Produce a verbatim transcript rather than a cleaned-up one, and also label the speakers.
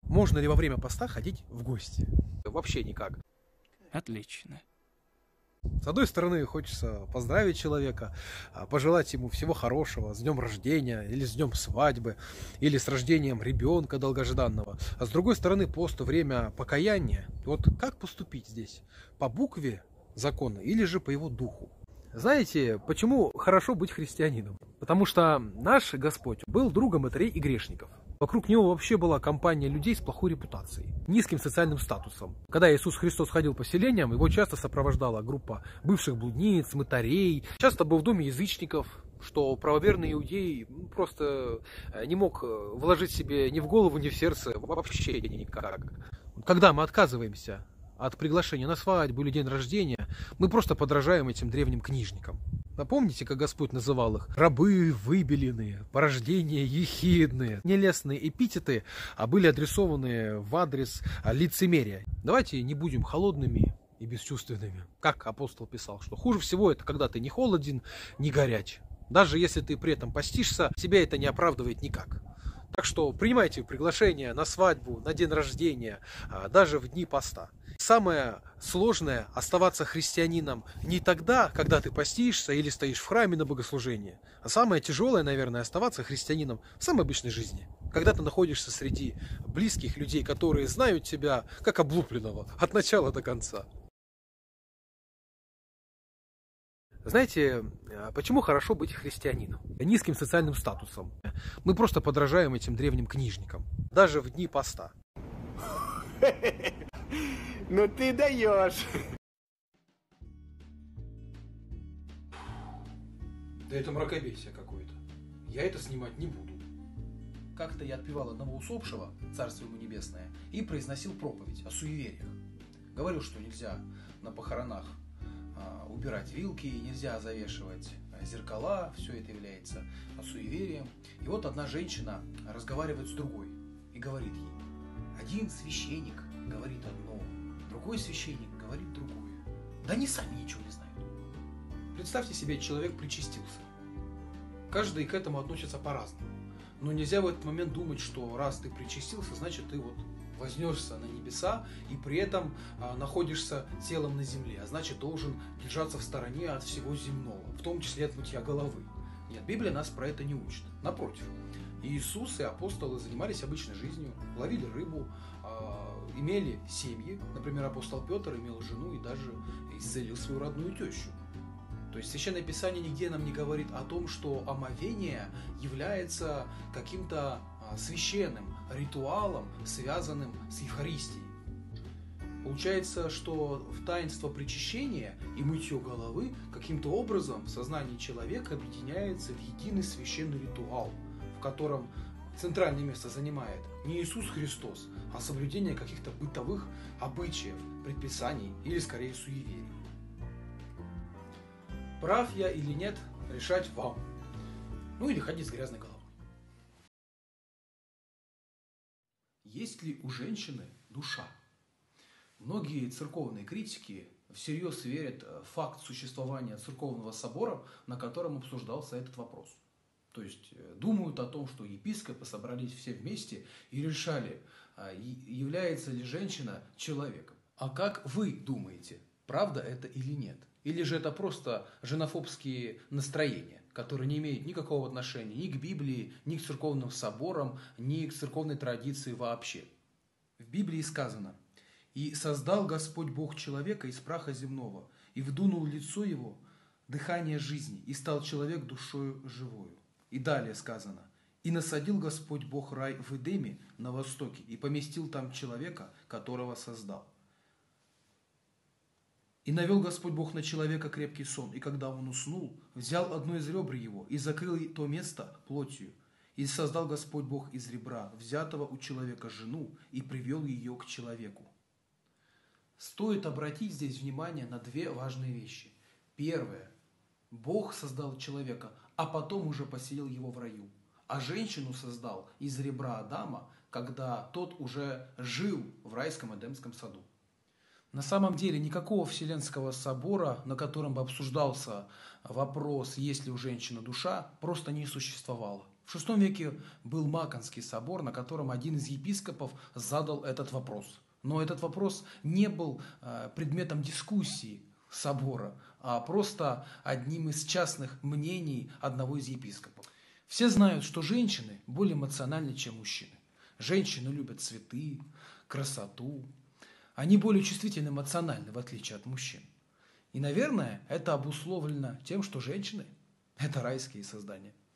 Speaker 1: Можно ли во время поста ходить в гости? Вообще никак.
Speaker 2: Отлично.
Speaker 1: С одной стороны, хочется поздравить человека, пожелать ему всего хорошего с днем рождения, или с днем свадьбы, или с рождением ребенка долгожданного. А с другой стороны, пост — время покаяния. Вот как поступить здесь? По букве закона или же по его духу? Знаете, почему хорошо быть христианином? Потому что наш Господь был другом мытарей и грешников. Вокруг него вообще была компания людей с плохой репутацией, низким социальным статусом. Когда Иисус Христос ходил по селениям, его часто сопровождала группа бывших блудниц, мытарей. Часто был в доме язычников, что правоверный иудей просто не мог вложить себе ни в голову, ни в сердце вообще никак. Когда мы отказываемся от приглашения на свадьбу или день рождения, мы просто подражаем этим древним книжникам. Напомните, как Господь называл их? Рабы выбеленные, порождения ехидные. Нелестные эпитеты а были адресованы в адрес лицемерия. Давайте не будем холодными и бесчувственными. Как апостол писал, что хуже всего это, когда ты не холоден, не горяч. Даже если ты при этом постишься, тебя это не оправдывает никак. Так что принимайте приглашение на свадьбу, на день рождения, даже в дни поста. Самое сложное — оставаться христианином не тогда, когда ты постишься или стоишь в храме на богослужении, а самое тяжелое, наверное, оставаться христианином в самой обычной жизни. Когда ты находишься среди близких людей, которые знают тебя как облупленного от начала до конца. Знаете, почему хорошо быть христианином? Низким социальным статусом. Мы просто подражаем этим древним книжникам, даже в дни поста.
Speaker 3: Ну ты даешь.
Speaker 1: Да это мракобесие какое-то. Я это снимать не буду. Как-то я отпевал одного усопшего, царство ему небесное, и произносил проповедь о суевериях. Говорил, что нельзя на похоронах а, убирать вилки, нельзя завешивать зеркала, все это является суеверием. И вот одна женщина разговаривает с другой и говорит ей: один священник говорит одно, другой священник говорит другое. Да они сами ничего не знают. Представьте себе, человек причастился. Каждый к этому относится по-разному. Но нельзя в этот момент думать, что раз ты причастился, значит ты вот вознесся на небеса и при этом а, находишься телом на земле, а значит должен держаться в стороне от всего земного, в том числе от мытья головы. Нет, Библия нас про это не учит. Напротив, Иисус и апостолы занимались обычной жизнью, ловили рыбу, э, имели семьи. Например, апостол Петр имел жену и даже исцелил свою родную тещу. То есть Священное Писание нигде нам не говорит о том, что омовение является каким-то священным ритуалом, связанным с Евхаристией. Получается, что в таинство причащения и мытье головы каким-то образом в сознании человека объединяется в единый священный ритуал, в котором центральное место занимает не Иисус Христос, а соблюдение каких-то бытовых обычаев, предписаний или скорее суеверий. Прав я или нет, решать вам. Ну или ходить с грязной головой. Есть ли у женщины душа? Многие церковные критики всерьез верят в факт существования церковного собора, на котором обсуждался этот вопрос. То есть думают о том, что епископы собрались все вместе и решали, является ли женщина человеком. А как вы думаете, правда это или нет? Или же это просто женофобские настроения, которые не имеют никакого отношения ни к Библии, ни к церковным соборам, ни к церковной традиции вообще? В Библии сказано: «И создал Господь Бог человека из праха земного, и вдунул в лицо его дыхание жизни, и стал человек душою живою». И далее сказано: «И насадил Господь Бог рай в Эдеме на востоке, и поместил там человека, которого создал. И навел Господь Бог на человека крепкий сон, и когда он уснул, взял одно из ребр его и закрыл то место плотью. И создал Господь Бог из ребра, взятого у человека, жену, и привел ее к человеку». Стоит обратить здесь внимание на две важные вещи. Первое. Бог создал человека, а потом уже поселил его в раю. А женщину создал из ребра Адама, когда тот уже жил в райском Эдемском саду. На самом деле никакого Вселенского собора, на котором бы обсуждался вопрос, есть ли у женщины душа, просто не существовало.
Speaker 2: В шестом веке был Маконский собор, на котором один из епископов задал этот вопрос. Но этот вопрос не был э, предметом дискуссии собора, а просто одним из частных мнений одного из епископов. Все знают, что женщины более эмоциональны, чем мужчины. Женщины любят цветы, красоту. Они более чувствительны эмоционально, в отличие от мужчин. И, наверное, это обусловлено тем, что женщины – это райские создания.